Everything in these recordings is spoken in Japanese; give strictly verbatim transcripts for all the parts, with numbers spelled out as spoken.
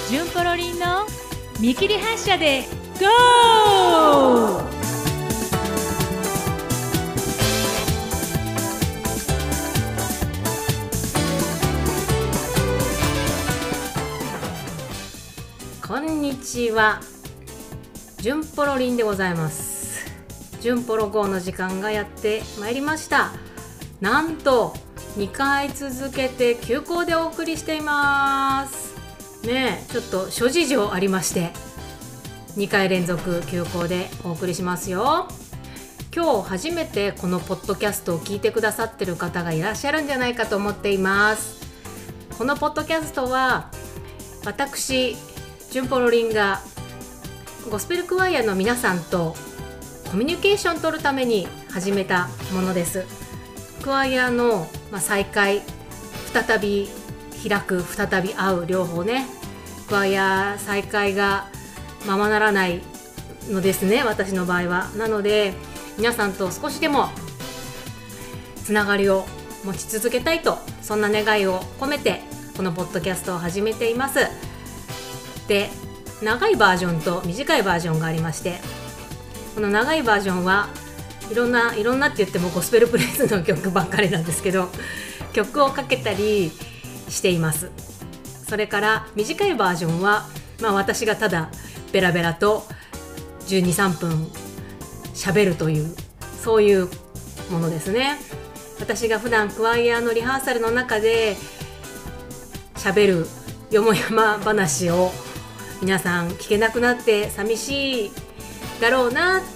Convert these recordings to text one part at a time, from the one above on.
ジュンポロリンの見切り発車で ゴー！ こんにちは、ジュンポロリンでございます。ジュンポロゴーの時間がやってまいりました。なんとにかい続けて休校でお送りしていますね。えちょっと諸事情ありましてにかい連続休校でお送りしますよ。今日初めてこのポッドキャストを聞いてくださってる方がいらっしゃるんじゃないかと思っています。このポッドキャストは私ジュンポロリンがゴスペルクワイアの皆さんとコミュニケーションを取るために始めたものです。クワイアの、まあ、再開、再び開く、再び会う、両方ね、クワイア再開がままならないのですね、私の場合は。なので皆さんと少しでもつながりを持ち続けたいと、そんな願いを込めてこのポッドキャストを始めています。で、長いバージョンと短いバージョンがありまして、この長いバージョンはいろんないろんなって言ってもゴスペルプレイスの曲ばっかりなんですけど、曲をかけたりしています。それから短いバージョンは、まあ、私がただベラベラとじゅうに、さんぷん喋るという、そういうものですね。私が普段クワイアのリハーサルの中で喋るよもやま話を皆さん聞けなくなって寂しいだろうなって。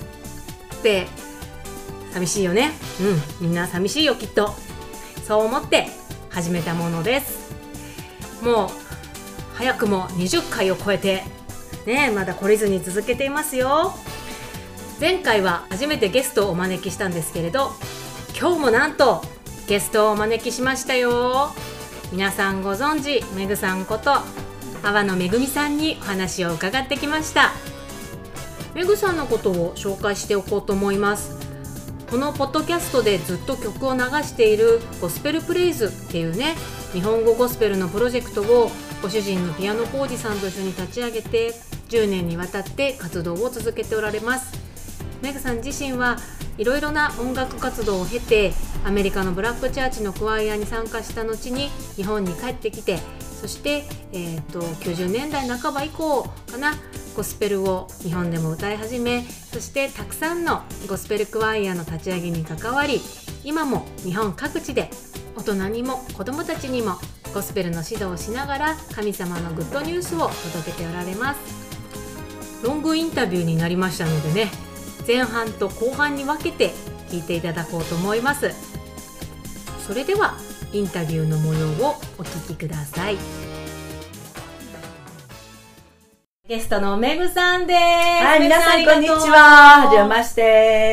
寂しいよね。うん、みんな寂しいよきっと。そう思って始めたものです。もう早くもにじゅっかいを超えてね、まだ懲りずに続けていますよ。前回は初めてゲストをお招きしたんですけれど、今日もなんとゲストをお招きしましたよ。皆さんご存知、めぐさんこと阿波野めぐみさんにお話を伺ってきました。めぐさんのことを紹介しておこうと思います。このポッドキャストでずっと曲を流しているゴスペルプレイズっていうね、日本語ゴスペルのプロジェクトをご主人のピアノ浩二さんと一緒に立ち上げてじゅうねんにわたって活動を続けておられます。めぐさん自身はいろいろな音楽活動を経て、アメリカのブラックチャーチのクワイアに参加した後に日本に帰ってきて、そして、えー、ときゅうじゅうねんだいなかば以降かな、ゴスペルを日本でも歌い始め、そしてたくさんのゴスペルクワイアの立ち上げに関わり、今も日本各地で大人にも子どもたちにもゴスペルの指導をしながら神様のグッドニュースを届けておられます。ロングインタビューになりましたのでね、前半と後半に分けて聞いていただこうと思います。それではインタビューの模様をお聞きください。ゲストのめぐさんです。 はい、皆さんこんにちは。はじめまして。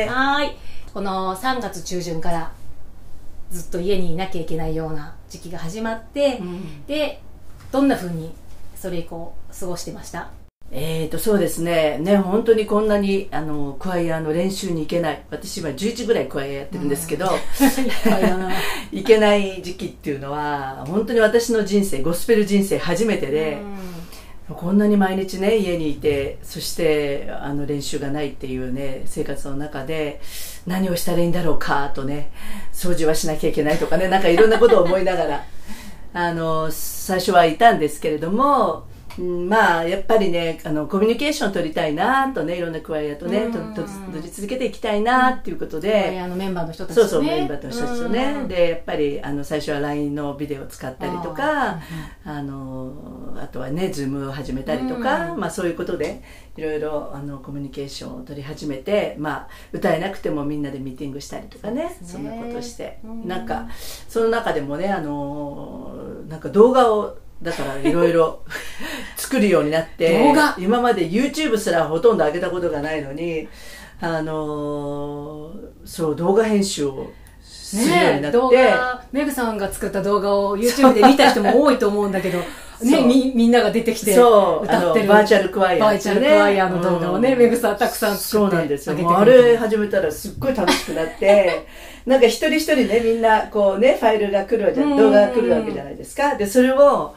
はい。このさんがつちゅうじゅんからずっと家にいなきゃいけないような時期が始まって、うん、で、どんな風にそれ以降過ごしてました？ えーと、そうですね。ね、本当にこんなに、あの、クワイアの練習に行けない。私今じゅういちぐらいクワイアやってるんですけど、うん、行けない時期っていうのは、本当に私の人生、ゴスペル人生初めてで、うん、こんなに毎日ね、家にいて、そしてあの練習がないっていうね、生活の中で、何をしたらいいんだろうかとね、掃除はしなきゃいけないとかね、なんかいろんなことを思いながら、あの、最初はいたんですけれども、うん、まあやっぱりね、あのコミュニケーションを取りたいなとね、いろんなクワイアとね、とと取り続けていきたいなっていうことで、クワイアのメンバーの人たちとね、 そうそうメンバーの人たちとね、でやっぱりあの最初は ライン のビデオを使ったりとか、あ, あのあとはね ズーム を始めたりとか、まあそういうことでいろいろあのコミュニケーションを取り始めて、まあ歌えなくてもみんなでミーティングしたりとか ね, ねそんなことをして、なんかその中でもね、あのなんか動画をだからいろいろ作るようになって動画今まで YouTube すらほとんど上げたことがないのに、あのー、そう動画編集をするようになって、ね、動画メグさんが作った動画を YouTube で見た人も多いと思うんだけどね、み, みんなが出てきて歌ってるバーチャルクワイア、ね、 バーチャルクワイアの動画をね、うん、メグさんたくさん作ってそうなんですよ。あれ始めたらすっごい楽しくなってなんか一人一人ね、みんなこうね、ファイルが来るわけ、動画が来るわけじゃないですか。でそれを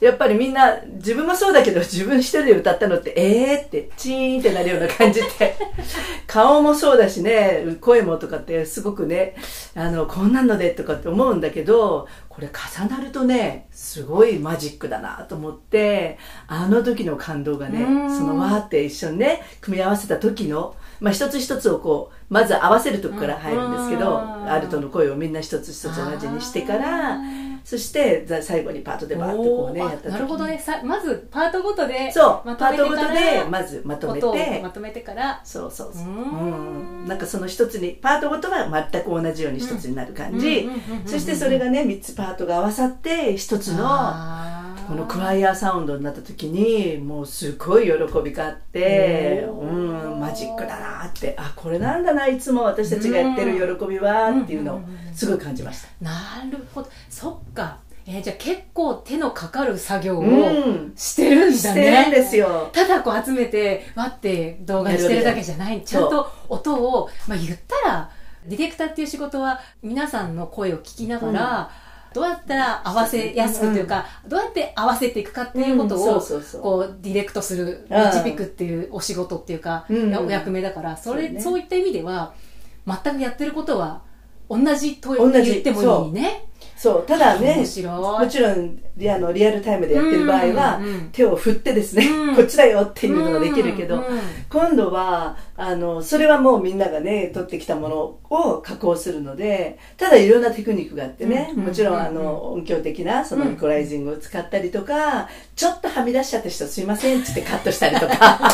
やっぱりみんな自分もそうだけど自分一人で歌ったのってえーってチーンってなるような感じで顔もそうだしね声もとかってすごくねあのこんなのでとかって思うんだけどこれ重なるとねすごいマジックだなと思ってあの時の感動がねそのわーって一緒にね組み合わせた時のまあ一つ一つをこうまず合わせるとこから入るんですけどアルトの声をみんな一つ一つ同じにしてからそして最後にパートでバーッとこうねやった時になるほどねさまずパートごとでそうまとめてからパートごとでまずまとめてまとめてからそうそうそううんうんなんかその一つにパートごとは全く同じように一つになる感じそしてそれがねみっつパートが合わさって一つのこのクワイアサウンドになった時にもうすごい喜びがあってうんマジックだなってあこれなんだないつも私たちがやってる喜びはっていうのをすごい感じました。 なるほどそっか、えー、じゃあ結構手のかかる作業をうんしてるんだね、 してるんですよ。 ただこう集めてわって動画にしてるだけじゃないちゃんと音を、まあ、言ったらディレクターっていう仕事は皆さんの声を聞きながら、うん、どうやったら合わせやすくというか、うん、どうやって合わせていくかっていうことをこうディレクトする導くっていうお仕事っていうか、うん、お役目だからそれ、そうね、そういった意味では全くやってることは同じと言ってもいいね。 そうただね面白いもちろんリアのリアルタイムでやってる場合は、うんうん、手を振ってですね、うん、こっちだよっていうのができるけど、うんうん、今度はあのそれはもうみんながね取ってきたものを加工するのでただいろんなテクニックがあってね、うん、もちろんあの音響的なそのイコライジングを使ったりとか、うん、ちょっとはみ出しちゃった人すいませんっつってカットしたりとか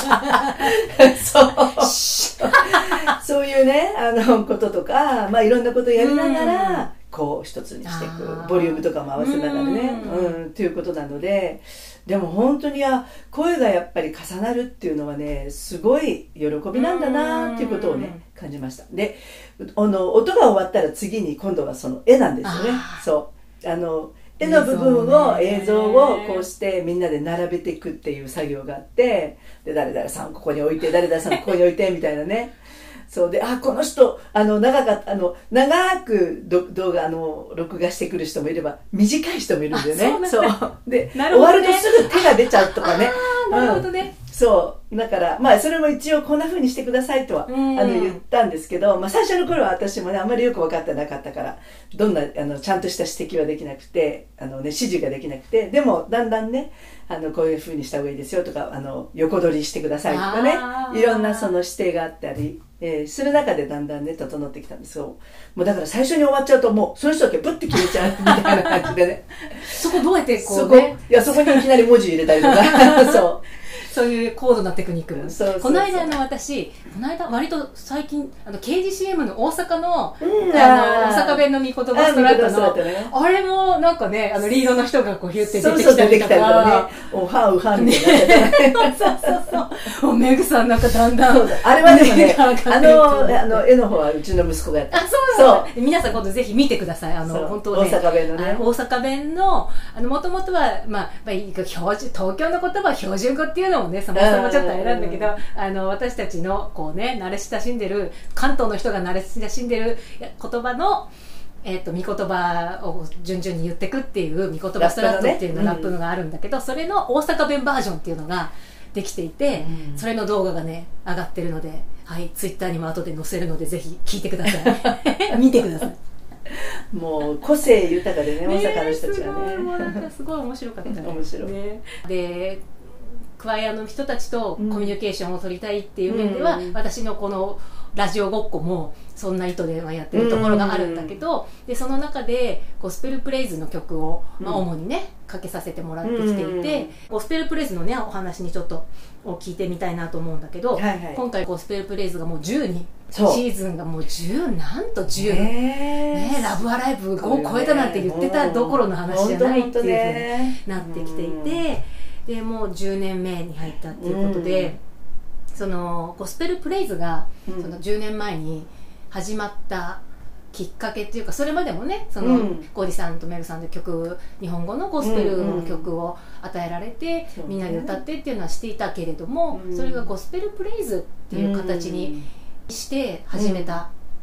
そうそういうねあのこととか、まあ、いろんなことをやりながら、うんこう一つにしていくボリュームとかも合わせながらねうん、ということなのででも本当にあ声がやっぱり重なるっていうのはねすごい喜びなんだなっていうことをね感じましたであの音が終わったら次に今度はその絵なんですよねそうあの絵の部分を映像をこうしてみんなで並べていくっていう作業があってで誰々さんここに置いて誰々さんここに置いてみたいなねそうであこの人あの長かあの長く動画あの録画してくる人もいれば短い人もいるんだよね。そう、そうで、ね、終わるとすぐ手が出ちゃうとかね。 なるほどね。 うん、そうだからまあそれも一応こんな風にしてくださいとは、うん、あの言ったんですけど、まあ最初の頃は私もねあんまりよく分かってなかったからどんなあのちゃんとした指摘はできなくてあのね指示ができなくてでもだんだんねあのこういう風にした方がいいですよとかあの横取りしてくださいとかねいろんなその指定があったり。えー、する中でだんだんね整ってきたんですよもうだから最初に終わっちゃうともうその人だけプッて消えちゃうみたいな感じでねそこどうやってこう、ね、 そこいやそこにいきなり文字入れたりとかそうそういう高度なテクニックもそうそうそう、 この間の私この間割と最近あの刑事 シーエム の大阪の、うん、あの大阪弁の御言葉ストラットの あ,、ね、あれもなんかねあのリードの人がこうヒュッて出てきたりとかおはうはみたいなそうそうそうメグさんなんかだんだんあれはでもねあのあの絵の方はうちの息子がやったあそうなんです皆さん今度ぜひ見てくださいあの本当ね大阪弁のね大阪弁のもともとはまあ、まあ、標準東京の言葉は標準語っていうのもねそもそもちょっとあれなんだけどあの私たちのこうね慣れ親しんでる関東の人が慣れ親しんでる言葉のえー、と見言葉を順々に言ってくっていう見言葉ストラットっていうのラップのがあるんだけど、うん、それの大阪弁バージョンっていうのができていて、うん、それの動画がね上がってるので、はい、ツイッターにも後で載せるのでぜひ聞いてください見てくださいもう個性豊かでね大阪の人たちはねすごいもうなんかすごい面白かったね面白い、 ね、でクワイアの人たちとコミュニケーションを取りたいっていう面では、うん、私のこのラジオごっこもそんな意図でやってるところがあるんだけど、うん、でその中でゴスペルプレイズの曲を、まあ、主にねかけさせてもらってきていて、うん、ゴスペルプレイズのねお話にちょっと聞いてみたいなと思うんだけど、はいはい、今回ゴスペルプレイズがもうじゅうにシーズンがもうじゅうなんとじゅう、ね、ラブアライブごを超えたなんて言ってたどころの話じゃないっていうふうになってきていて、でもうじゅうねんめに入ったっていうことで、うん、そのゴスペルプレイズがそのじゅうねんまえに始まったきっかけっていうかそれまでもねその、うん、コーディさんとメグさんで曲日本語のゴスペルの曲を与えられて、うんうん、みんなで歌ってっていうのはしていたけれども、うん、それがゴスペルプレイズっていう形にして始めた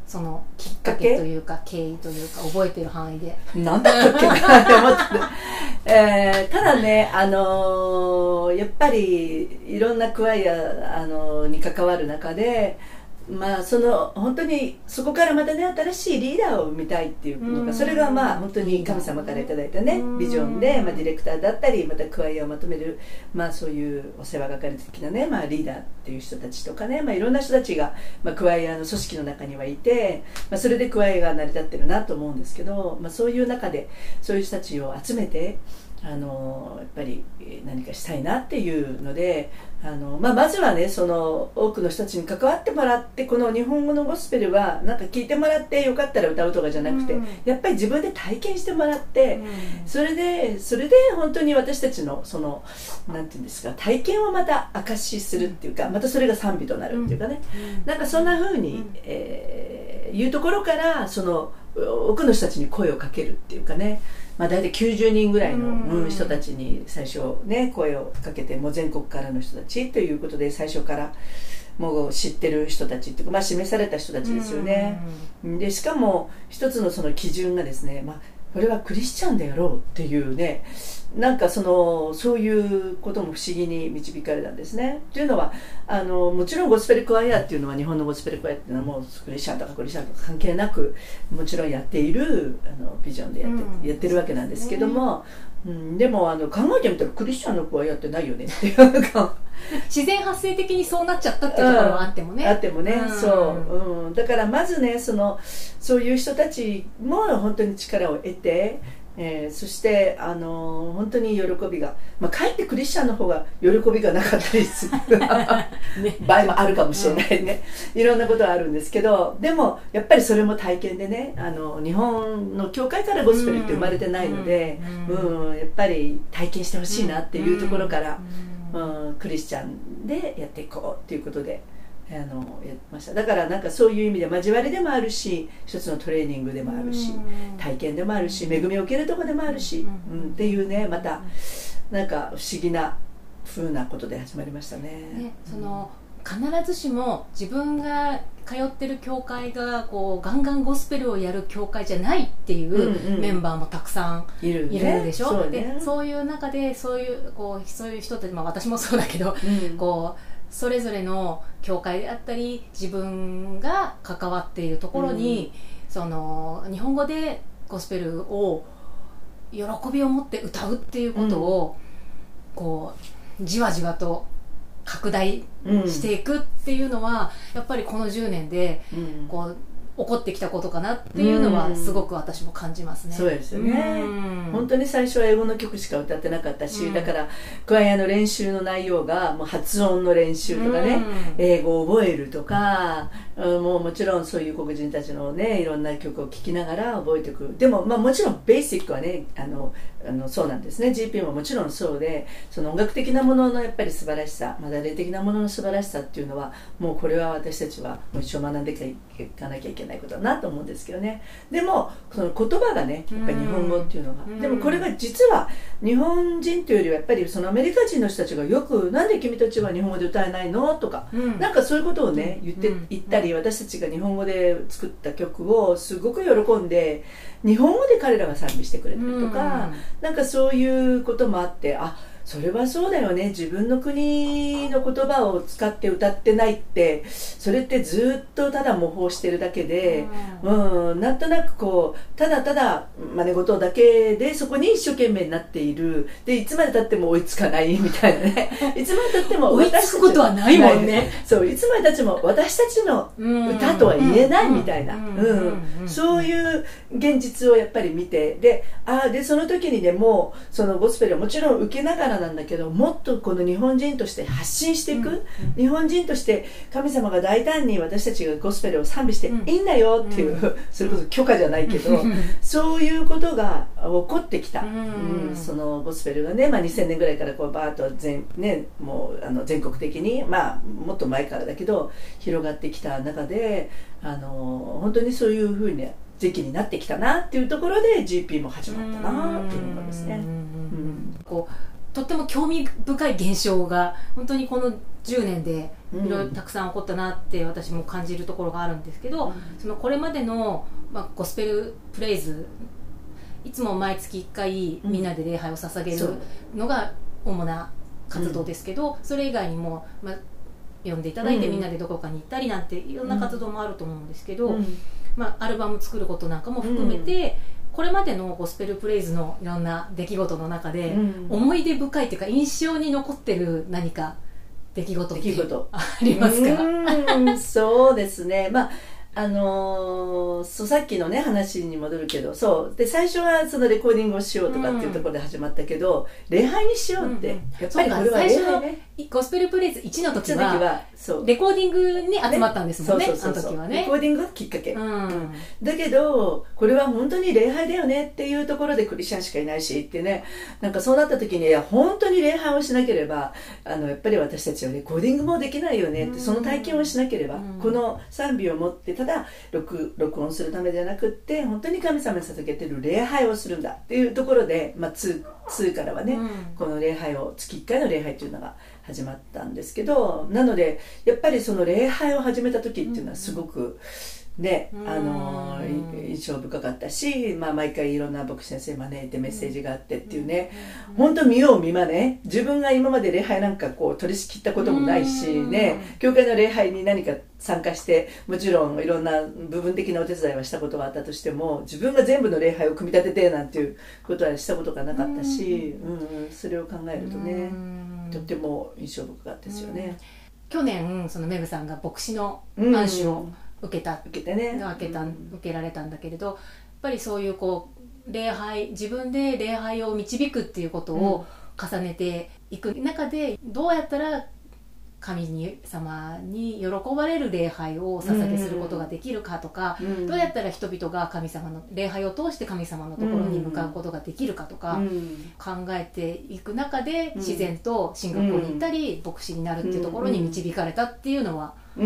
そのきっかけというか経緯というか覚えてる範囲でなんだったっけなって思って、えー、ただね、あのー、やっぱりいろんなクワイア、あのー、に関わる中で、まあ、その本当にそこからまたね新しいリーダーを生みたいっていうのが、それがまあ本当に神様からいただいたねビジョンで、まあ、ディレクターだったりまたクワイアをまとめる、まあ、そういうお世話係的なね、まあ、リーダーっていう人たちとかね、まあ、いろんな人たちが、まあ、クワイアの組織の中にはいて、まあ、それでクワイアが成り立ってるなと思うんですけど、まあ、そういう中でそういう人たちを集めてあのやっぱり何かしたいなっていうので、あの、まあ、まずはねその多くの人たちに関わってもらって、この日本語のゴスペルはなんか聞いてもらってよかったら歌うとかじゃなくて、うん、やっぱり自分で体験してもらって、うん、それでそれで本当に私たちのそのなんていうんですか、体験をまた証しするっていうか、またそれが賛美となるっていうかね、うん、なんかそんな風に、うんえー、いうところからその多くの人たちに声をかけるっていうかね、まあ、大体きゅうじゅうにんぐらいの、うん、人たちに最初ね声をかけて、もう全国からの人たちということで最初からもう知ってる人たちっていうか、まあ、示された人たちですよね、うん、でしかも一つのその基準がですね、まあ、これはクリスチャンであろうっていうね、なんかそのそういうことも不思議に導かれたんですね。というのはあのもちろんゴスペルクワイアっていうのは、日本のゴスペルクワイアっていうのはもうクリスチャンとかクリスチャンとか関係なくもちろんやっているあのビジョンでやって、うん、やってるわけなんですけども、うん、でもあの考えてみたらクリスチャンのクワイアってないよねっていうか自然発生的にそうなっちゃったっていうところはあってもね、 うん、あってもね、うん、そう、うん、だからまずねそのそういう人たちも本当に力を得て、えー、そしてあのー、本当に喜びが、まあ、かえってクリスチャンの方が喜びがなかったりするね、場合もあるかもしれないね、うん、いろんなことはあるんですけど、でもやっぱりそれも体験でね、あの日本の教会からゴスペルって生まれてないので、うんうんうん、やっぱり体験してほしいなっていうところから、うんうん、クリスチャンでやっていこうっていうことであのやってました。だからなんかそういう意味で交わりでもあるし、一つのトレーニングでもあるし、体験でもあるし、恵みを受けるところでもあるし、うん、っていうね、またなんか不思議な風なことで始まりましたね。 ね、その必ずしも自分が通ってる教会がこうガンガンゴスペルをやる教会じゃないっていうメンバーもたくさんいるでしょ、うんうん、そうね、でそういう中でそういうこうそういう人たち、まあ、私もそうだけど、うん、こうそれぞれの教会であったり自分が関わっているところに、うん、その日本語でゴスペルを喜びを持って歌うっていうことを、うん、こうじわじわと拡大していくっていうのは、うん、やっぱりこのじゅうねんで、うん、こう起こってきたことかなっていうのはすごく私も感じますね。 そうですよね、うん、本当に最初は英語の曲しか歌ってなかったし、うん、だからクワイアの練習の内容がもう発音の練習とかね、うん、英語を覚えるとか、うん、もうもちろんそういう黒人たちのねいろんな曲を聴きながら覚えていく。でも、まあ、もちろんベーシックはねあのあのそうなんですね。 ジーピー ももちろんそうで、その音楽的なもののやっぱり素晴らしさ、まだ霊的なものの素晴らしさっていうのはもうこれは私たちはもう一生学んでいかなきゃいけないことだなと思うんですけどね。でもその言葉がねやっぱり日本語っていうのが、でもこれが実は日本人というよりはやっぱりそのアメリカ人の人たちがよくなんで君たちは日本語で歌えないのとか、うん、なんかそういうことをね言って、うん、言ったり、私たちが日本語で作った曲をすごく喜んで日本語で彼らが賛美してくれたりとか、うん、なんかそういうこともあって、あそれはそうだよね、自分の国の言葉を使って歌ってないってそれってずっとただ模倣してるだけで、うん、うん、なんとなくこうただただ真似事だけでそこに一生懸命になっている、でいつまでたっても追いつかないみたいなねいつまでたっても追いつくことはないもんね。 そういつまでたっても私たちの歌とは言えないみたいな、そういう現実をやっぱり見て、であでその時にでもそのゴスペルはもちろん受けながらなんだけど、もっとこの日本人として発信していく、うんうん、日本人として神様が大胆に私たちがゴスペルを賛美していいんだよっていう、うん、それこそ許可じゃないけど、うん、そういうことが起こってきた、うんうん、そのゴスペルがね、まあ、にせんねんぐらいからこうバーッと全、ね、もうあの全国的に、まあ、もっと前からだけど広がってきた中で、あの本当にそういうふうに時期になってきたなっていうところで ジーピー も始まったなっていうのがですね、うん、 こうとっても興味深い現象が本当にこのじゅうねんでうんいろいろたくさん起こったなって私も感じるところがあるんですけど、 うんそのこれまでの、まあ、ゴスペルプレイズいつも毎月いっかいみんなで礼拝を捧げるのが主な活動ですけど、うん、それ以外にも、まあ、呼んでいただいてみんなでどこかに行ったりなんていろんな活動もあると思うんですけど、うんまあ、アルバム作ることなんかも含めて、うん、これまでのゴスペルプレイズのいろんな出来事の中で、うん、思い出深いというか印象に残ってる何か出来事ってありますか？ うんそうですね、まああのー、そうさっきのね話に戻るけど、そうで最初はそのレコーディングをしようとかっていうところで始まったけど、うん、礼拝にしようって、うんうん、やっぱりこれは礼拝ね、 ゴスペルプレイズいちの時はそうレコーディングに集まったんですもんね、あの時はね。 レコーディングがきっかけ、 うんうん、 だけどこれは本当に礼拝だよねっていうところでクリスチャンしかいないしってね、なんかそうなった時にいや本当に礼拝をしなければあのやっぱり私たちはレコーディングもできないよねって、うん、その体験をしなければ、うん、この賛美を持ってただ 録, 録音するためじゃなくって本当に神様に捧げてる礼拝をするんだっていうところで、まあ、に, にからはね、うん、この礼拝を月いっかいの礼拝っていうのが始まったんですけど、なのでやっぱりその礼拝を始めた時っていうのはすごくね、うん、あの印象深かったし、まあ、毎回いろんな牧師先生招いてメッセージがあってっていうね、うん、本当見よう見まね、自分が今まで礼拝なんかこう取り仕切ったこともないしね、うん、教会の礼拝に何か参加してもちろんいろんな部分的なお手伝いはしたことがあったとしても、自分が全部の礼拝を組み立ててなんていうことはしたことがなかったし、うんうん、それを考えるとね、うん、とっても印象深かったですよね、 うん、去年そのメグさんが牧師の暗視を受けた、 受けてね、 受けた、受けられたんだけれど、やっぱりそういうこう礼拝、自分で礼拝を導くっていうことを重ねていく中で、どうやったら神様に喜ばれる礼拝をお捧げすることができるかとか、うん、どうやったら人々が神様の礼拝を通して神様のところに向かうことができるかとか、うん、考えていく中で自然と進学校に行ったり、うん、牧師になるっていうところに導かれたっていうのはうん、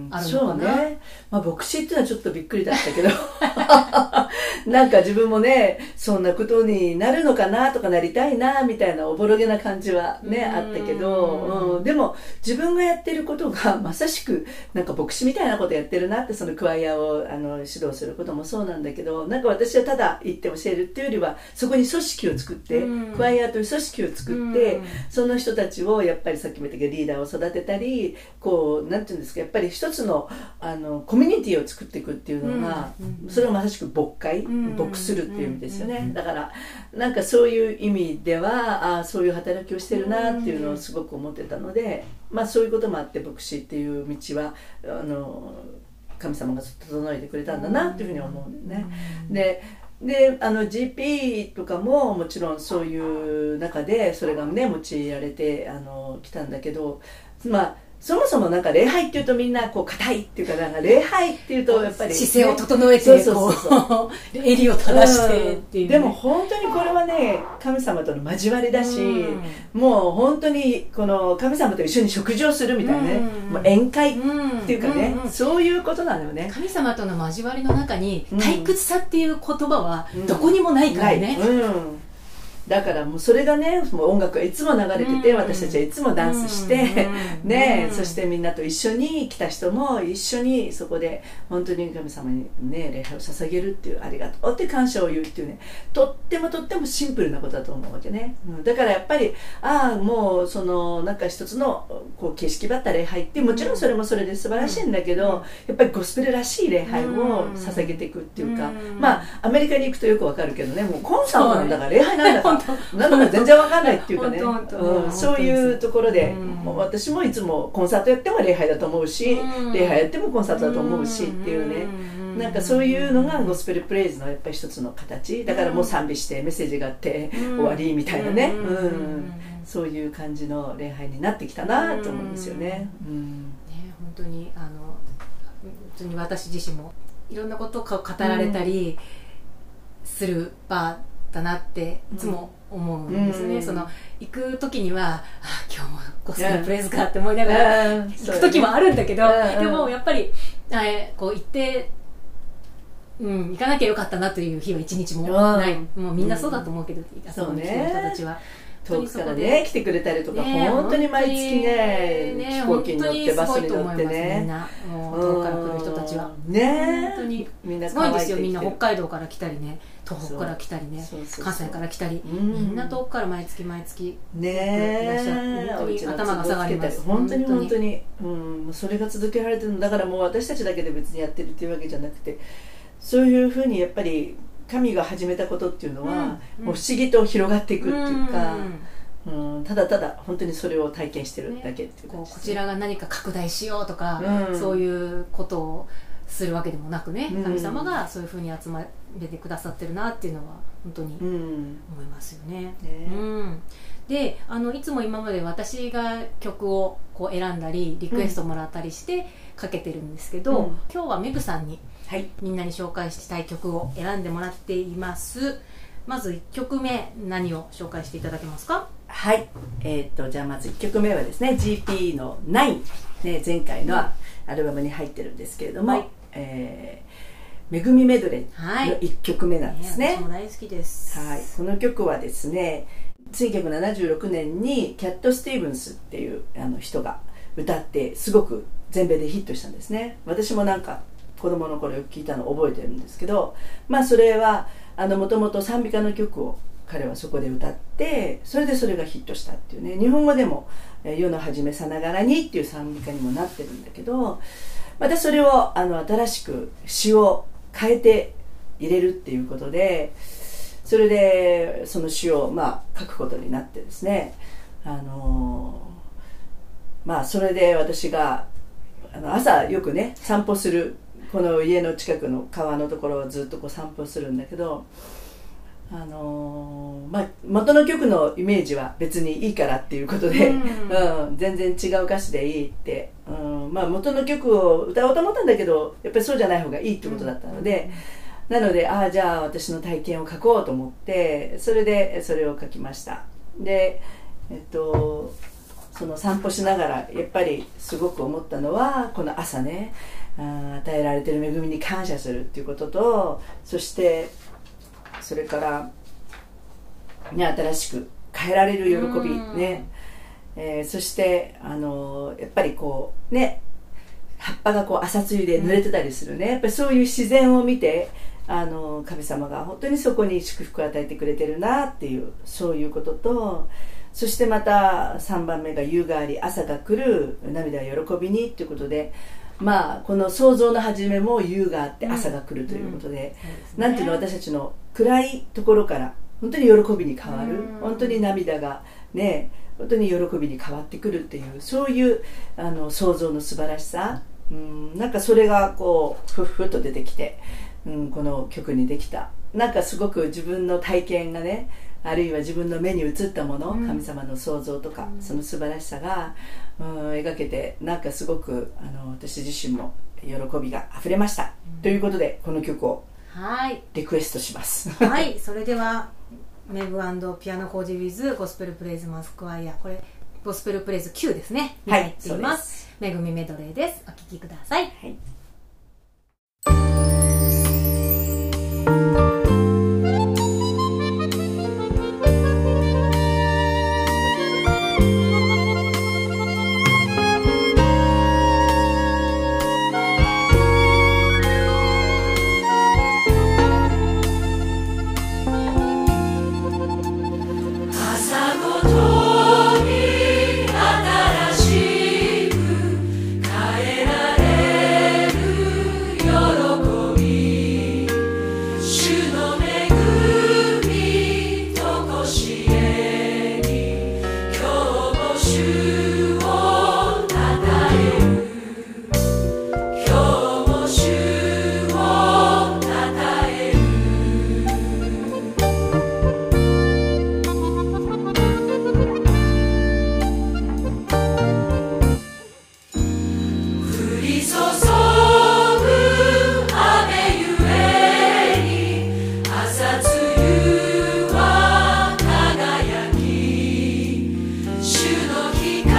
あるのかな。そうね、まあ、牧師っていうのはちょっとびっくりだったけどなんか自分もねそんなことになるのかなとかなりたいなみたいなおぼろげな感じはねあったけど、うん、でも自分がやってることがまさしくなんか牧師みたいなことやってるなって、そのクワイアをあの指導することもそうなんだけど、なんか私はただ行って教えるっていうよりはそこに組織を作って、クワイアという組織を作ってその人たちをやっぱりさっきも言ったけどリーダーを育てたり、こうなんていうんですか、やっぱり一つ の, あのコミュニティを作っていくっていうのが、うんうん、それがまさしく牧会、うん、牧するっていう意味ですよね、うん、だからなんかそういう意味ではあそういう働きをしてるなっていうのをすごく思ってたので、まあ、そういうこともあって牧師っていう道はあの神様が整えてくれたんだなっていうふうに思うんですね、うん、でであの ジーピー とかももちろんそういう中でそれがね用いられてあの来たんだけど、まあそもそもなんか礼拝っていうとみんなこう硬いっていうか、なんか礼拝っていうとやっぱり、ね、 姿勢を整えてそうそうそうそう襟を正してっていう、 ね、うん、でも本当にこれはね神様との交わりだし、うん、もう本当にこの神様と一緒に食事をするみたいなね、うん、もう宴会っていうかね、うんうん、そういうことなのよね。 神様との交わりの中に退屈さっていう言葉はどこにもないからね、 うんうんうんだからもうそれがね、もう音楽がいつも流れてて、うん、私たちはいつもダンスして、うん、ね、うん、そしてみんなと一緒に来た人も一緒にそこで本当に神様にね礼拝を捧げるっていうありがとうって感謝を言うっていうね、とってもとってもシンプルなことだと思うわけね、うん、だからやっぱりああもうそのなんか一つのこう形式ばった礼拝ってもちろんそれもそれで素晴らしいんだけど、うん、やっぱりゴスペルらしい礼拝を捧げていくっていうか、うん、まあアメリカに行くとよくわかるけどね、もうコンサートなんだから礼拝なんだからなんだか全然わかんないっていうかねうん、そういうところで、うん、もう私もいつもコンサートやっても礼拝だと思うし、うん、礼拝やってもコンサートだと思うしっていうね、うん、なんかそういうのがゴスペルプレイズのやっぱり一つの形だから、もう賛美してメッセージがあって、うん、終わりみたいなね、うんうん、そういう感じの礼拝になってきたなと思うんですよね、うんうん、 ね本当にあの普通に私自身もいろんなことを語られたりする場だなっていつも思うんですね、うん、その行く時にはあ今日もゴスペルプレイズかって思いながら行く時もあるんだけど、でもやっぱりこう行って、うん、行かなきゃよかったなという日は一日もない、うん、もうみんなそうだと思うけど、うん、遊ぶ人たちは遠くからね来てくれたりとか、 ね、 本当に毎月ね、 ね、 飛行機に乗ってバスに乗ってね、 みんなもう遠くから来る人たちはね、 本当にみんなすごいですよ。みんな北海道から来たりね、東北から来たりね、関西から来たり、みんな遠くから毎月毎月ねいらっしゃって、本当に頭が下がります。 本当に本当に、うん、それが続けられてるのだから、もう私たちだけで別にやってるっていうわけじゃなくて、そういうふうにやっぱり神が始めたことっていうのは、うんうん、もう不思議と広がっていくっていうか、うん、うん、ただただ本当にそれを体験してるだけっていう感じですね。 こうこちらが何か拡大しようとか、うん、そういうことをするわけでもなくね、神様がそういうふうに集まれてくださってるなっていうのは本当に思いますよね。うん、ね、うん、で、あのいつも今まで私が曲をこう選んだりリクエストもらったりしてかけてるんですけど、うん、今日はメグさんに、はい、みんなに紹介したい曲を選んでもらっています。まずいっきょくめ、何を紹介していただけますか？ はい、えー、とじゃあまずいっきょくめはですね ジーピー のナイン、ね、前回のアルバムに入ってるんですけれども、はい、えー、めぐみメドレーのいっきょくめなんですね。 はい、私も大好きです。 はい、この曲はですねせんきゅうひゃくななじゅうろくねんにキャット・スティーブンスっていうあの人が歌ってすごく全米でヒットしたんですね。私もなんか子供の頃よく聞いたのを覚えてるんですけど、まあそれはもともと賛美歌の曲を彼はそこで歌って、それでそれがヒットしたっていうね、日本語でも「世の初めさながらに」っていう賛美歌にもなってるんだけど、またそれをあの新しく詩を変えて入れるっていうことで、それでその詩をまあ書くことになってですね、あのまあそれで私があの朝よくね散歩する、この家の近くの川のところをずっとこう散歩するんだけど、あのーまあ、元の曲のイメージは別にいいからっていうことで、うんうん、全然違う歌詞でいいって、うんまあ、元の曲を歌おうと思ったんだけどやっぱりそうじゃない方がいいってことだったので、うん、なのでああじゃあ私の体験を書こうと思ってそれでそれを書きました。で、えっと、その散歩しながらやっぱりすごく思ったのは、この朝ね与えられている恵みに感謝するっていうことと、そしてそれから、ね、新しく変えられる喜びね、えー、そしてあのやっぱりこうね葉っぱがこう朝露で濡れてたりするね、やっぱりそういう自然を見てあの神様が本当にそこに祝福を与えてくれてるなっていう、そういうことと、そしてまたさんばんめが夕があり朝が来る涙は喜びにということで、まあこの創造の始めも夕があって朝が来るということで、うんうん、なんていうの、私たちの暗いところから本当に喜びに変わる、うん、本当に涙がね本当に喜びに変わってくるっていう、そういうあの創造の素晴らしさ、うん、なんかそれがこうふっふっと出てきて、うん、この曲にできた、なんかすごく自分の体験がね、あるいは自分の目に映ったもの、うん、神様の創造とか、うん、その素晴らしさが、うん、描けて、なんかすごくあの私自身も喜びがあふれました、うん、ということでこの曲をリクエストします。 はい、それではメグ&ピアノコージ with ゴスペルプレイズマスクワイア、これゴスペルプレイズきゅうですね、に入っています。めぐみメドレーです。お聴きください。はい。主の光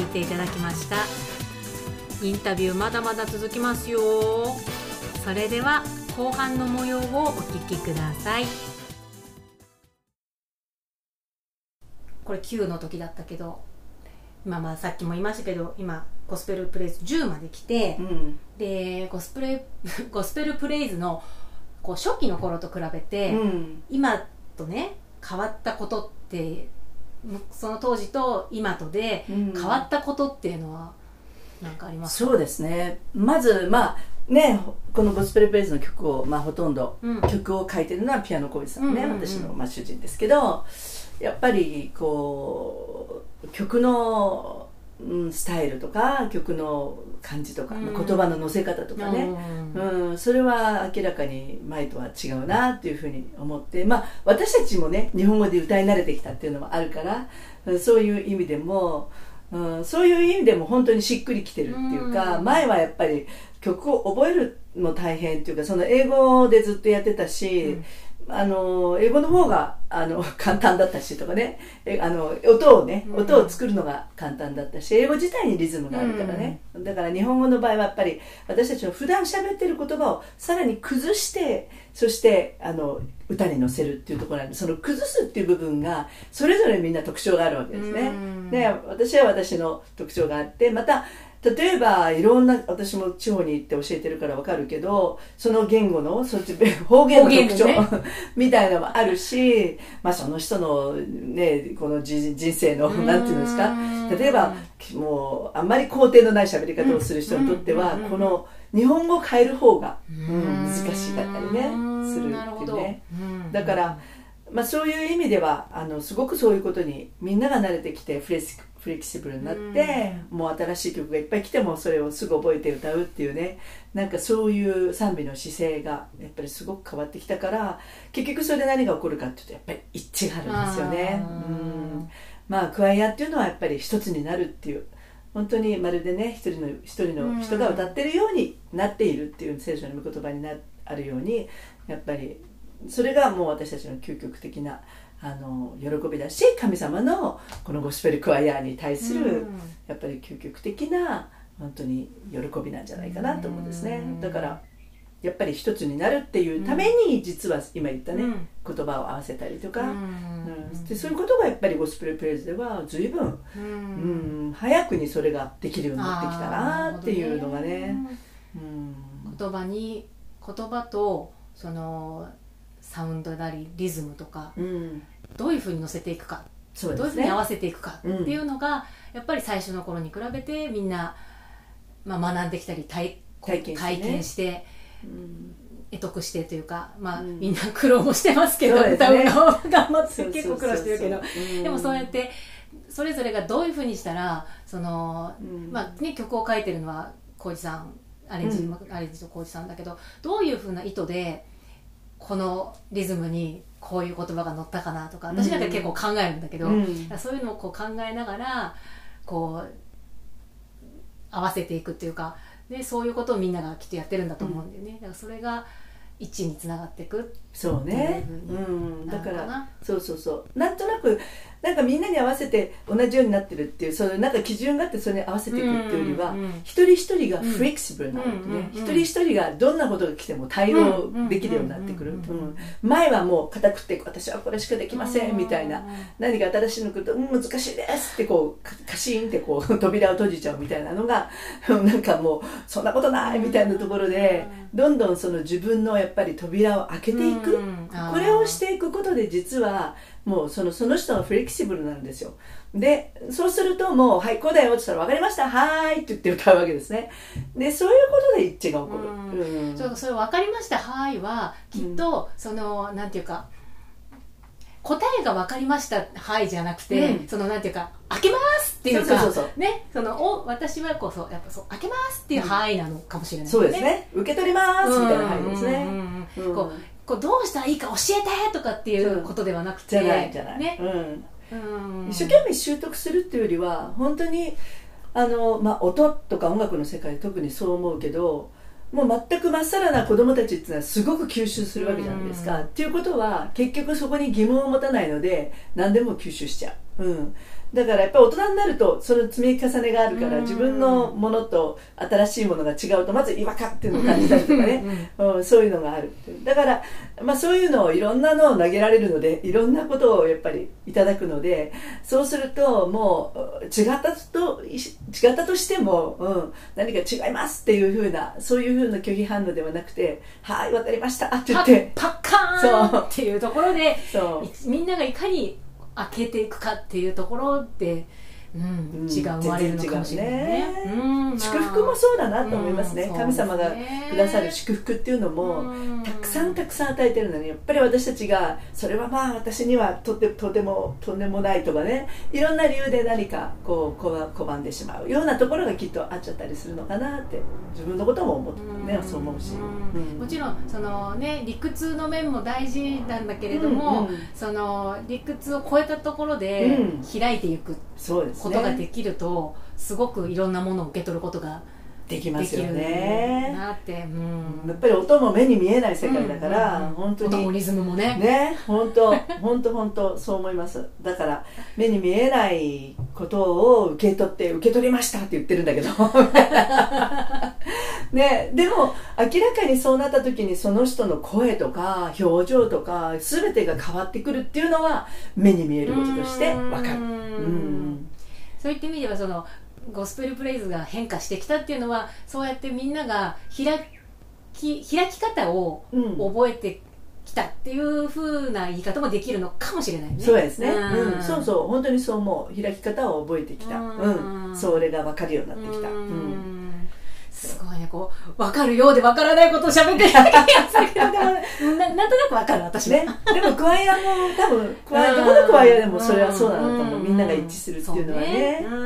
ていただきました。インタビューまだまだ続きますよ。それでは後半の模様をお聞きください。これきゅうの時だったけど、今まあさっきも言いましたけど、今ゴスペルプレイズじゅうまで来て、うん、でゴスプレゴスペルプレイズのこう初期の頃と比べて、うん、今とね変わったことってその当時と今とで変わったことっていうのは何かありますか？ そうですね、まずまあね、このゴスペルプレイズの曲を、まあ、ほとんど曲を書いてるのはピアノ浩二さんね、うんうんうん、私の、まあ、主人ですけど、やっぱりこう曲の、うん、スタイルとか曲の感じとか、うん、言葉の乗せ方とかね、うんうん、それは明らかに前とは違うなっていうふうに思って、まあ、私たちもね日本語で歌い慣れてきたっていうのもあるから、そういう意味でも、うん、そういう意味でも本当にしっくりきてるっていうか、うん、前はやっぱり曲を覚えるの大変っていうか、その英語でずっとやってたし、うん、あの英語の方があの簡単だったしとかね、えあの音をね、うん、音を作るのが簡単だったし、英語自体にリズムがあるからね、うん、だから日本語の場合はやっぱり私たちの普段喋ってる言葉をさらに崩して、そしてあの歌に乗せるっていうところなんで、その崩すっていう部分がそれぞれみんな特徴があるわけですね、うん、で私は私の特徴があって、また例えばいろんな、私も地方に行って教えてるから分かるけど、その言語のそっち方言の特徴、ね、みたいなのもあるし、まあ、その人の、ね、この人生のなんていうんですか、例えばもうあんまり肯定のない喋り方をする人にとっては、この日本語を変える方が、うん、難しかったりねするっていうね。だから、まあ、そういう意味ではあのすごくそういうことにみんなが慣れてきてフレスフレキシブルになって、うん、もう新しい曲がいっぱい来てもそれをすぐ覚えて歌うっていうね、なんかそういう賛美の姿勢がやっぱりすごく変わってきたから、結局それで何が起こるかっていうとやっぱり一致があるんですよね。うん、まあクワイアっていうのはやっぱり一つになるっていう、本当にまるでね一人の一人の人が歌ってるようになっているっていう聖書の御言葉になあるように、やっぱりそれがもう私たちの究極的なあの喜びだし、神様のこのゴスペルクワイアに対するやっぱり究極的な本当に喜びなんじゃないかなと思うんですね。だからやっぱり一つになるっていうために、実は今言ったね、うん、言葉を合わせたりとか、うんうん、でそういうことがやっぱりゴスペルプレイズでは随分、うんうん、早くにそれができるようになってきたなっていうのがね、うん、 言葉に言葉とそのサウンドなりリズムとか、うん、どういうふうに乗せていくか、そうですね、どういうふうに合わせていくかっていうのが、うん、やっぱり最初の頃に比べてみんな、まあ、学んできたり 体, 体験して、ね、体験してうん、得得してというか、まあ、うん、みんな苦労もしてますけど、ね、歌うの頑張って結構苦労してるけど、でもそうやってそれぞれがどういうふうにしたらその、うんまあね、曲を書いてるのは浩二さん、アレンジ、うん、アレンジと浩二さんだけど、どういうふうな意図でこのリズムにこういう言葉が乗ったかなとか、私なんか結構考えるんだけど、うん、そういうのをこう考えながらこう合わせていくっていうか、でそういうことをみんながきっとやってるんだと思うんだよね、うん、だからそれが一致につながっていく。 そうね、うん、だからそうそうそうなんとなくなんかみんなに合わせて同じようになってるっていう、そのなんか基準があってそれに合わせていくっていうよりは、うんうん、一人一人がフレキシブルになるってね、うんうんうん、一人一人がどんなことが来ても対応できるようになってくる。前はもう固くて私はこれしかできませんみたいな、何か新しいの来ると、うん、難しいですってこうカシーンってこう扉を閉じちゃうみたいなのがなんかもうそんなことないみたいなところで、どんどんその自分のやっぱり扉を開けていく、これをしていくことで実はもうそのその人がフレキシブルなんですよ。でそうするともう「はいこうだよ」って言ったら「分かりましたはーい」って言って歌うわけですね。でそういうことで一致が起こる。うんうん、そうそれ分かりましたはーいはきっと、うん、そのなんていうか答えが分かりましたはいじゃなくて、うん、そのなんていうか開けますっていうか、そうそうそうそうね、そのお私はこうそうやっぱそう開けますっていうはいなのかもしれない、ね、 そうですね、受け取りますみたいなはいですね。 こうこうどうしたらいいか教えてとかっていうことではなくて、 じゃないじゃない、ね、うん、一生懸命習得するっていうよりは本当にあの、まあ、音とか音楽の世界特にそう思うけど、もう全くまっさらな子供たちっていうのはすごく吸収するわけじゃないですか。っていうことは結局そこに疑問を持たないので何でも吸収しちゃう、うん、 だからやっぱり大人になるとその積み重ねがあるから、 うん自分のものと新しいものが違うとまず違和感っていうのを感じたりとかね、うん、そういうのがある。だから、まあ、そういうのをいろんなのを投げられるので、いろんなことをやっぱりいただくので、そうするともう違ったと違ったとしても、うん、何か違いますっていう風な、そういう風な拒否反応ではなくて、はいわかりましたって言ってパッパッカーンっていうところで、 そうみんながいかに開けていくかっていうところで、うん、違う生まれるのかもしれないね。 うん、祝福もそうだなと思いますね、うん、神様がくださる祝福っていうのも、うん、たくさんたくさん与えてるのに、やっぱり私たちがそれはまあ私にはとてとてもとんでもないとかね、いろんな理由で何かこう拒んでしまうようなところがきっとあっちゃったりするのかなって自分のことも思ってね、うん、そう思うし、 うん、もちろんその、ね、理屈の面も大事なんだけれども、うんうん、その理屈を超えたところで開いていく、うん、そうですことができると、すごくいろんなものを受け取ることができますよねなって、うん、 やっぱり音も目に見えない世界だから、うんうんうん、本当に音もリズムもねね、本当本当本当そう思います。だから目に見えないことを受け取って受け取りましたって言ってるんだけどね、でも明らかにそうなった時にその人の声とか表情とか全てが変わってくるっていうのは目に見えることとして分かる。うん、 そういった意味ではそのゴスペルプレイズが変化してきたっていうのは、そうやってみんなが開き開き方を覚えてきたっていう風な言い方もできるのかもしれないね。 そうですね、うんうん、そうそう本当にそう思う。開き方を覚えてきた、うんうん、それが分かるようになってきた。うん、 すごいね、こう分かるようで分からないことを喋ってるやつだけど、でも な, なんとなく分かる私ね。 でもクワイアも多分クワイどこのクワイアでもそれはそうなのと思う。みんなが一致するっていうのはね。うん、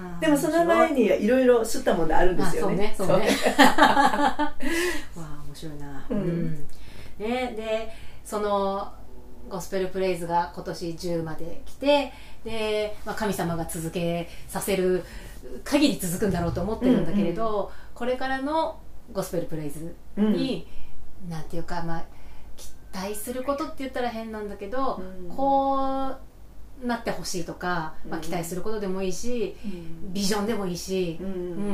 でもその前にいろいろ吸ったものあるんですよね。 そうね、そうね。わあ面白いな。うん、ね、でそのゴスペルプレイズが今年じゅうまで来て、で、まあ、神様が続けさせる限り続くんだろうと思ってるんだけれど、うんうん、これからのゴスペルプレイズに、うん、なんていうか、まあ、期待することって言ったら変なんだけど、うん、こうなってほしいとか、まあ、期待することでもいいし、うん、ビジョンでもいいし、うんうん、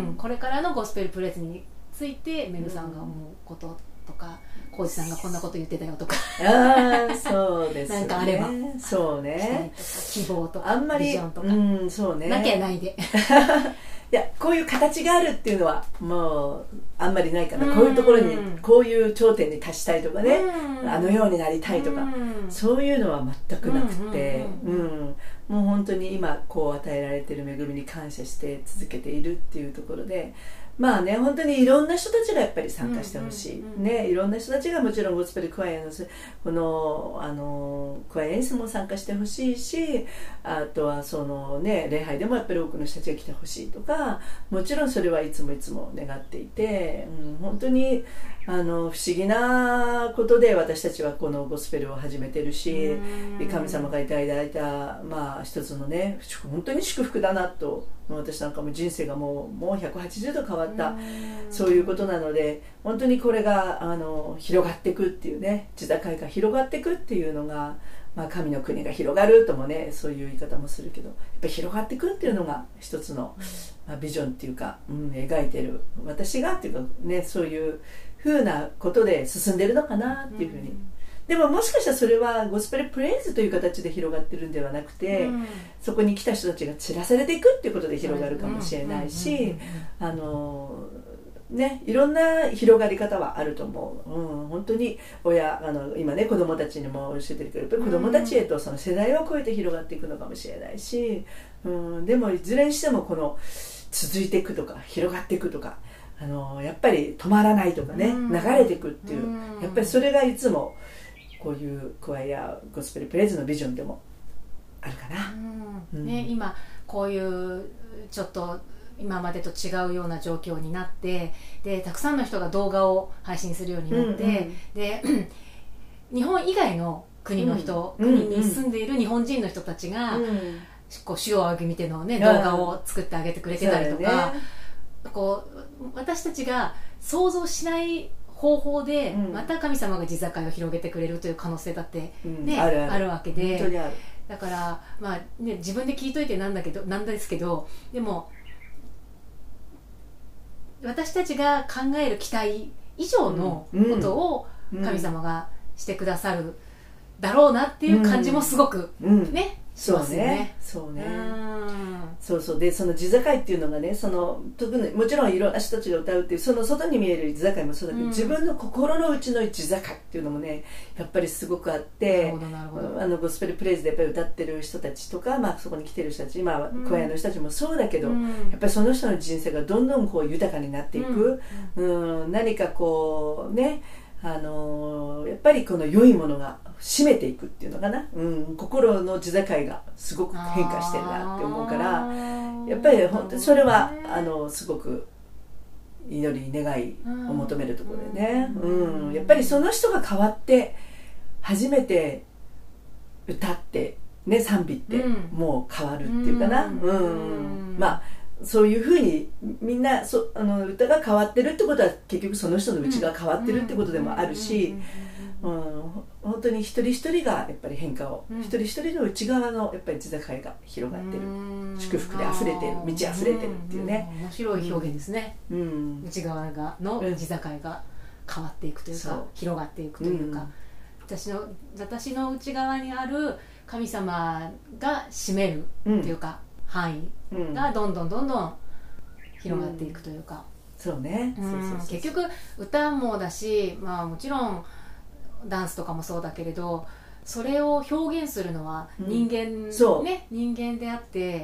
これからのゴスペルプレイズについてメグさんが思うこととか、コウジさんがこんなこと言ってたよとか、 あそうですね、 なんかあれば、 そうね、 希望とかあんまりビジョンとか、 うん、そうね、 なきゃないでいやこういう形があるっていうのはもうあんまりないかな。こういうところにこういう頂点に達したいとかね、あのようになりたいとか、そういうのは全くなくて、うん、もう本当に今こう与えられている恵みに感謝して続けているっていうところで、まあね、本当にいろんな人たちがやっぱり参加してほしい、うんうんうん、ね、いろんな人たちがもちろんゴスペルクワイアのこのあのクワイアにも参加してほしいし、あとはそのね礼拝でもやっぱり多くの人たちが来てほしいとか、もちろんそれはいつもいつも願っていて、うん、本当にあの不思議なことで私たちはこのゴスペルを始めてるし、神様がいただいた、まあ、一つのね本当に祝福だなと、私なんかも人生がもう、もうひゃくはちじゅうど変わった、そういうことなので、本当にこれがあの広がっていくっていうね、地境が広がっていくっていうのが、まあ、神の国が広がるともね、そういう言い方もするけど、やっぱり広がっていくっていうのが一つの、まあ、ビジョンっていうか、うん、描いてる私がっていうかね、そういう風なことで進んでるのかなっていうふうに、うん、でももしかしたらそれはゴスペルプレイズという形で広がってるんではなくて、うん、そこに来た人たちが散らされていくっていうことで広がるかもしれないし、あのね、いろんな広がり方はあると思う、うん、本当に親あの今ね子供たちにも教えてるけど、やっぱり子供たちへとその世代を超えて広がっていくのかもしれないし、うん、でもいずれにしてもこの続いていくとか広がっていくとか、あのやっぱり止まらないとかね、流れていくっていう、やっぱりそれがいつもこういうクワイアゴスペルプレイズのビジョンでもあるかな、 うんね、今こういうちょっと今までと違うような状況になって、でたくさんの人が動画を配信するようになって、うんうん、で日本以外の国の人、うん、国に住んでいる日本人の人たちが、うん、こう主を仰ぎ見ての、ね、動画を作ってあげてくれてたりとか、ね、こう私たちが想像しない方法でまた神様が地境を広げてくれるという可能性だって、ね、うん、あるある、あるわけで、 本当にある。 だからまあね自分で聞いといてなんだけどなんですけど、でも私たちが考える期待以上のことを神様がしてくださるだろうなっていう感じもすごくね、うんうん、しますよね。 そうね、そうね、そうそうで、その地境っていうのがね、その特にもちろんいろんな人たちが歌うっていうその外に見える地境もそうだけど、うん、自分の心の内の地境っていうのもねやっぱりすごくあって、あのゴスペルプレイズでやっぱり歌ってる人たちとか、まあ、そこに来てる人たち、今はクワイアの人たちもそうだけど、うん、やっぱりその人の人生がどんどんこう豊かになっていく、うんうん、何かこうね、あのー、やっぱりこの良いものが占めていくっていうのかな、うん、心の地境がすごく変化してるなって思うから、やっぱり本当にそれはあのすごく祈り願いを求めるところでね、うん、やっぱりその人が変わって初めて歌ってね、賛美ってもう変わるっていうかな、うんうん、まあそういうふうにみんなそあの歌が変わってるってことは結局その人の内が変わってるってことでもあるし、うん、本当に一人一人がやっぱり変化を、うん、一人一人の内側のやっぱり地境が広がってる、祝福で溢れてる、満ち溢れてるっていうね、 面白い表現ですね、うん、内側がの地境が変わっていくというか、うん、広がっていくというか、うん、私の私の内側にある神様が占めるっていうか、うん、範囲がどんどんどんどん広がっていくというか、 うん、そうね、うん、そうそうそうそう、 結局歌もだし、まあ、もちろんダンスとかもそうだけれど、それを表現するのは人間、うん、ね、人間であって、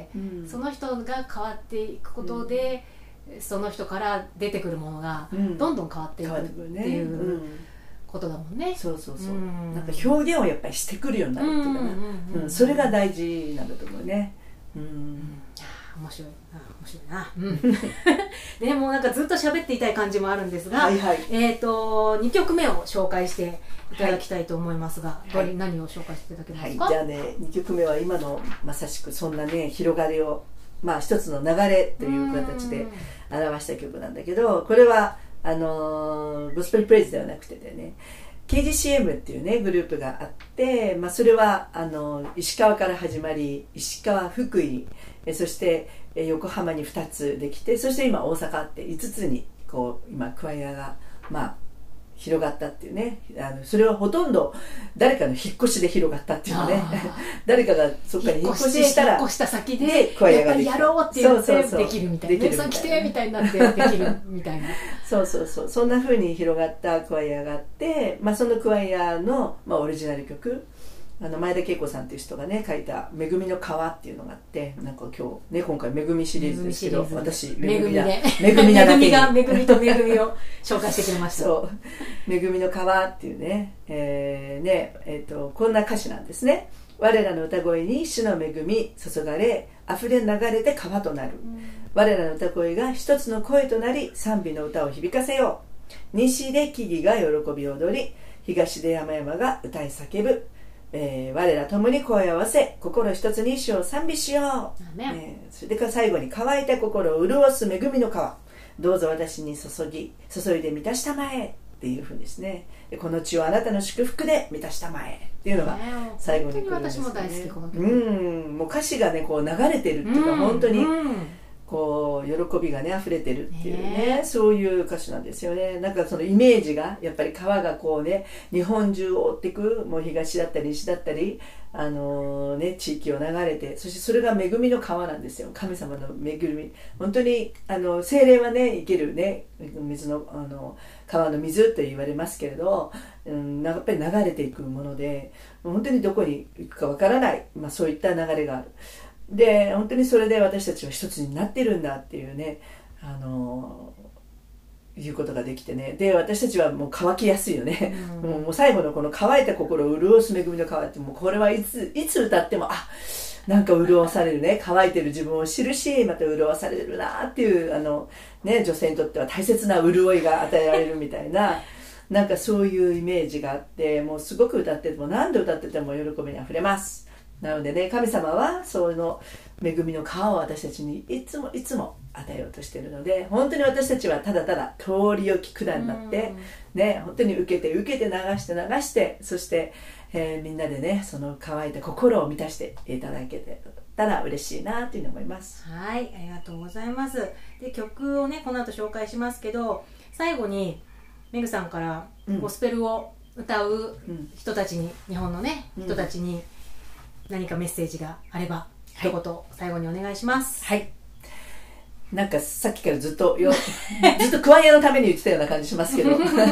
うん、その人が変わっていくことで、うん、その人から出てくるものがどんどん変わっていくっていうことだもんね、うん、 そうそうそう、うん、なんか表現をやっぱりしてくるようになるっていうかな、うんうん、それが大事なんだと思うね、うんうん、 面白いな、面白いな、うん、でもなんかずっと喋っていたい感じもあるんですが、はいはい、えーとにきょくめを紹介していただきたいと思いますが、はい、何を紹介していただけますか？ はい、じゃあね、にきょくめは今のまさしくそんなね広がりを、まあ一つの流れという形で表した曲なんだけど、これはあのー、ゴスペルプレイズではなくてね、ケージーシーエム っていうねグループがあって、まあ、それはあの石川から始まり、石川、福井、そして横浜にふたつできて、そして今大阪っていつつにこう今クワイアがまあ広がったっていうね、あのそれはほとんど誰かの引っ越しで広がったっていうね誰かがそこから引っ越ししたら引っ越した先でやっぱりやろうって言ってできるみたいな、皆さん来てみたいになってできるみたいなそうそうそう、そんな風に広がったクワイアがあって、まあ、そのクワイアの、まあ、オリジナル曲、あの前田恵子さんっていう人がね書いた「めぐみの川」っていうのがあって、なんか今日ね今回めぐみシリーズですけど、私めぐみだめぐみなだけにめぐみとめぐみを紹介してくれました。 そう「めぐみの川」っていうね、えー、ねえー、とこんな歌詞なんですね。我らの歌声に主の恵み注がれ、溢れ流れて川となる、うん、我らの歌声が一つの声となり、賛美の歌を響かせよう。西で木々が喜び踊り、東で山々が歌い叫ぶ。えー、我ら共に声を合わせ、心一つに主を賛美しよう、ね、それでから最後に、乾いた心を潤す恵みの川、どうぞ私に注ぎ注いで満たしたまえっていうふうにですね、この地をあなたの祝福で満たしたまえっていうのが最後に来るんですね。 本当に私も大好きこの曲。 うん、もう歌詞がねこう流れてるっていうか、うん、本当に、うん、こう喜びがね溢れてるっていうね、そういう歌詞なんですよね。なんかそのイメージがやっぱり川がこうね日本中を覆っていく、もう東だったり西だったり、あのー、ね地域を流れて、そしてそれが恵みの川なんですよ。神様の恵み、本当にあの精霊はね生けるね水のあの川の水と言われますけれど、うん、やっぱり流れていくもので、本当にどこに行くかわからない、まあ、そういった流れがある。で本当にそれで私たちは一つになってるんだっていうね、あのー、いうことができてね、で私たちはもう乾きやすいよね、うん、もう最後のこの乾いた心を潤す恵みの川って、もうこれはいついつ歌ってもあなんか潤されるね、乾いてる自分を知るし、また潤されるなっていう、あの、ね、女性にとっては大切な潤いが与えられるみたいななんかそういうイメージがあって、もうすごく歌ってても何度歌ってても喜びにあふれます。なのでね、神様はその恵みの川を私たちにいつもいつも与えようとしているので、本当に私たちはただただ通り置き管になって、ね、本当に受けて受けて流して流して、そして、えー、みんなでねその乾いた心を満たしていただけたら嬉しいなというふうに思います。 はい、ありがとうございます。で曲をねこの後紹介しますけど、最後にメグさんからゴスペルを歌う人たちに、うん、日本のね人たちに何かメッセージがあれば、はい、一言最後にお願いします。 はい。なんかさっきからずっとよずっとクワイアのために言ってたような感じしますけど、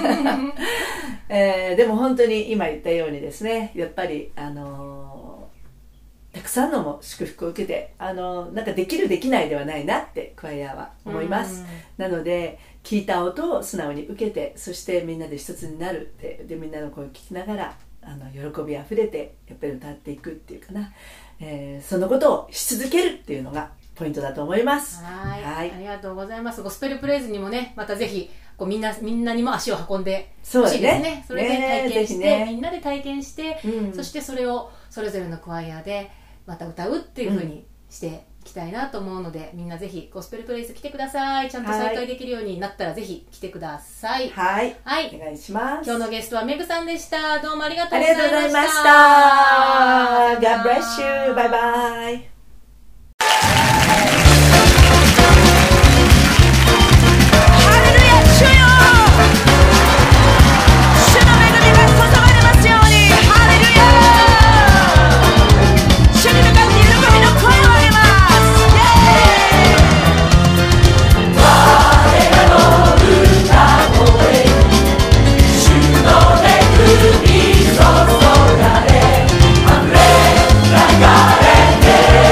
えー、でも本当に今言ったようにですね、やっぱりあのー、たくさんのも祝福を受けて、あのー、なんかできるできないではないなってクワイアは思います。なので聞いた音を素直に受けて、そしてみんなで一つになるって、でみんなの声を聞きながらあの喜びあふれてやっぱり歌っていくっていうかな、えー、そのことをし続けるっていうのがポイントだと思います。 はい、はい、ありがとうございます。ゴスペルプレイズにもね、またぜひこうみんなみんなにも足を運んでほしいですね。それで体験して、ね、みんなで体験して、うん、そしてそれをそれぞれのクワイアでまた歌うっていう風にしていきたいなと思うので、みんなぜひゴスペルプレイズ来てください。ちゃんと再会できるようになったらぜひ来てください。 はい、 はい、 お願いします。 今日のゲストはメグさんでした。どうもありがとうございました。 ありがとうございました。God bless you. バイバイ。流れ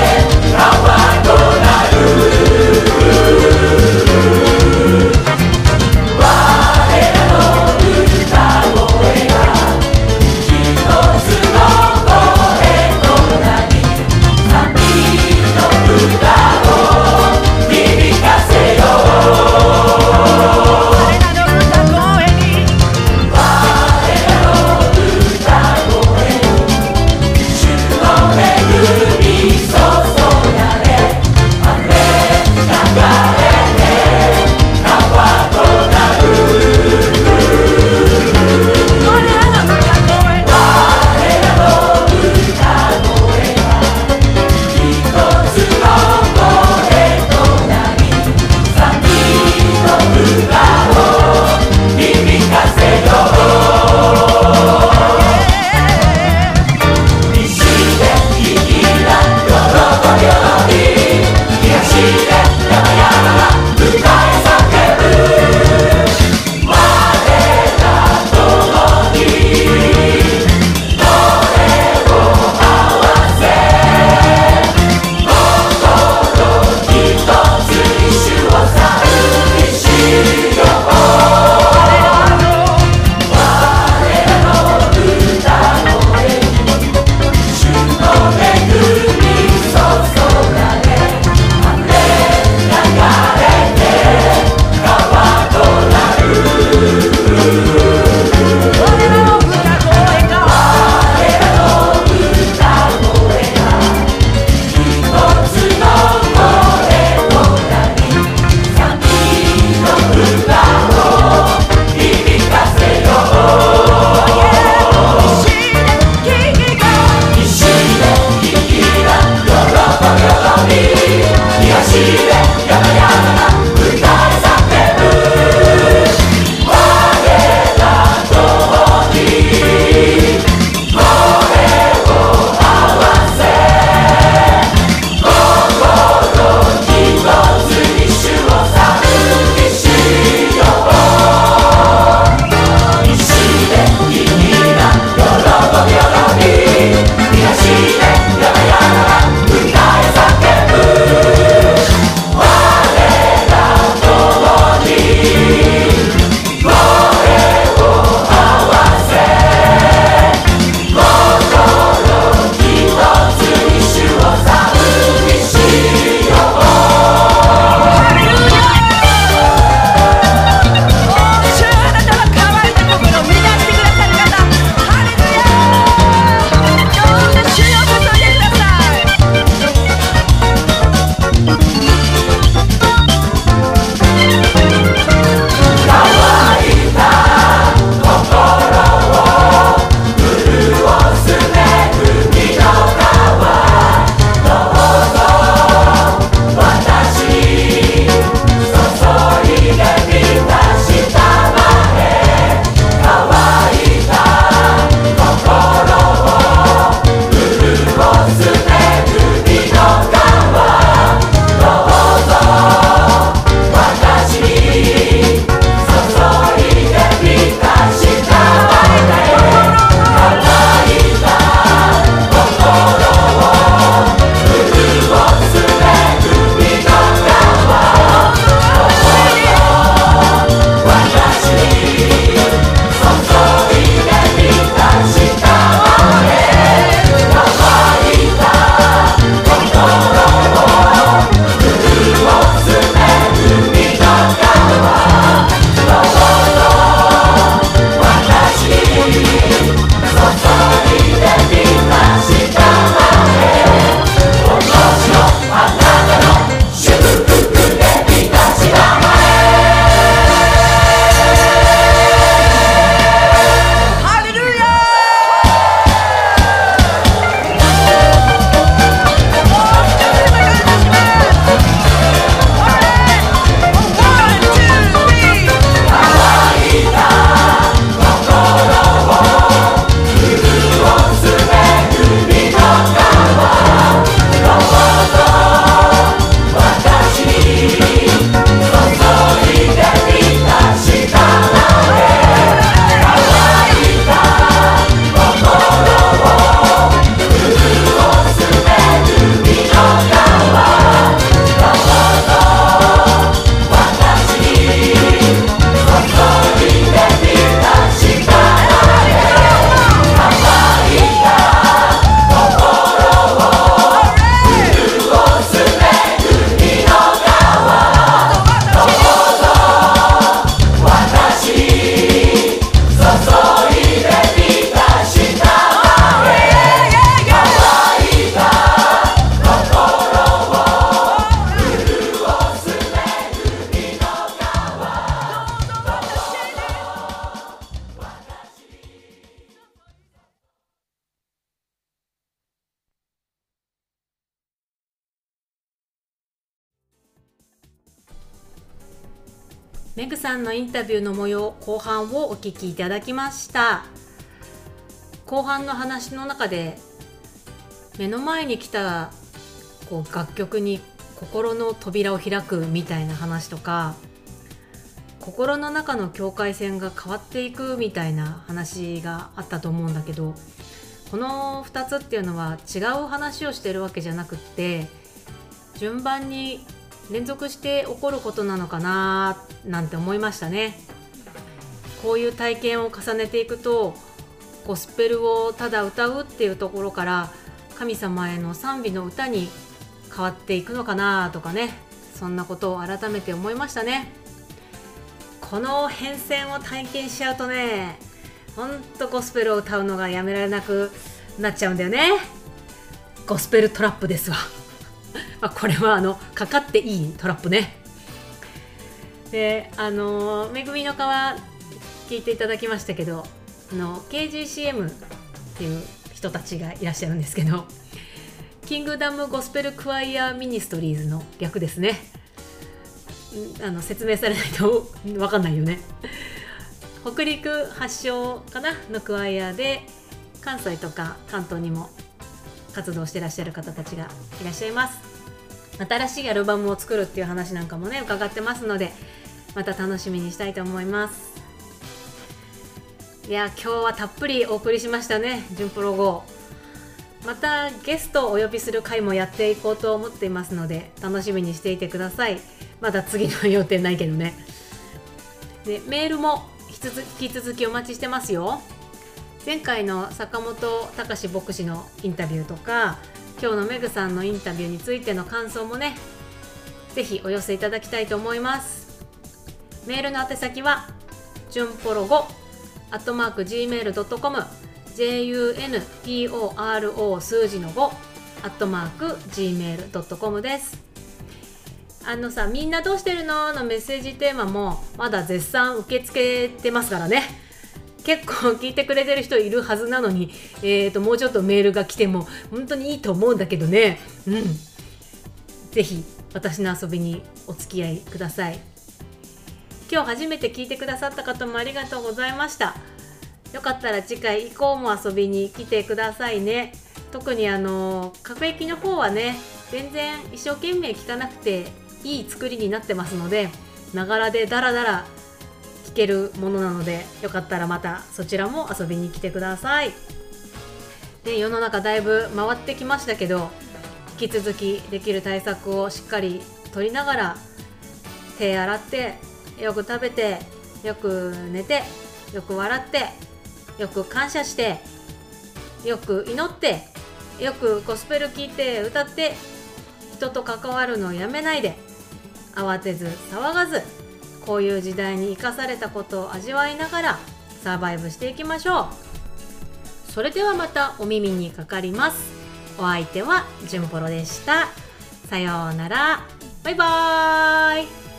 メグさんのインタビューの模様後半をお聞きいただきました。後半の話の中で目の前に来たこう楽曲に心の扉を開くみたいな話とか、心の中の境界線が変わっていくみたいな話があったと思うんだけど、このふたつっていうのは違う話をしてるわけじゃなくって、順番に連続して起こることなのかななんて思いましたね。こういう体験を重ねていくと、ゴスペルをただ歌うっていうところから神様への賛美の歌に変わっていくのかなとかね、そんなことを改めて思いましたね。この変遷を体験しちゃうとね、ほんとゴスペルを歌うのがやめられなくなっちゃうんだよね。ゴスペルトラップですわまあこれはあのかかっていいトラップね。で、あのめぐみの川聞いていただきましたけど、あの ケージーシーエム っていう人たちがいらっしゃるんですけど、キングダムゴスペルクワイアミニストリーズの略ですね。あの説明されないと分かんないよね。北陸発祥かなのクワイアで、関西とか関東にも活動していらっしゃる方たちがいらっしゃいます。新しいアルバムを作るっていう話なんかもね伺ってますので、また楽しみにしたいと思います。いや、今日はたっぷりお送りしましたね。ジュンプロゴー、またゲストをお呼びする回もやっていこうと思っていますので、楽しみにしていてください。まだ次の予定ないけどね。で、メールも引き続きお待ちしてますよ。前回の坂本隆牧師のインタビューとか、今日のメグさんのインタビューについての感想もね、ぜひお寄せいただきたいと思います。メールの宛先はジュンポロごアットマーク ジーメールドットコム、 ジェイユーエヌピーオーアールオー 数字のごアットマーク ジーメールドットコム です。あのさ、みんなどうしてるののメッセージテーマもまだ絶賛受け付けてますからね。結構聞いてくれてる人いるはずなのに、えーともうちょっとメールが来ても本当にいいと思うんだけどね。うん、ぜひ私の遊びにお付き合いください。今日初めて聞いてくださった方もありがとうございました。よかったら次回以降も遊びに来てくださいね。特にあの各駅の方はね、全然一生懸命聞かなくていい作りになってますので、ながらでダラダラ聞けるものなので、よかったらまたそちらも遊びに来てください。で、世の中だいぶ回ってきましたけど、引き続きできる対策をしっかり取りながら、手洗ってよく食べてよく寝てよく笑ってよく感謝してよく祈ってよくゴスペル聴いて歌って、人と関わるのをやめないで、慌てず騒がず、こういう時代に生かされたことを味わいながらサバイブしていきましょう。それではまたお耳にかかります。お相手はジュンポロでした。さようなら。バイバーイ。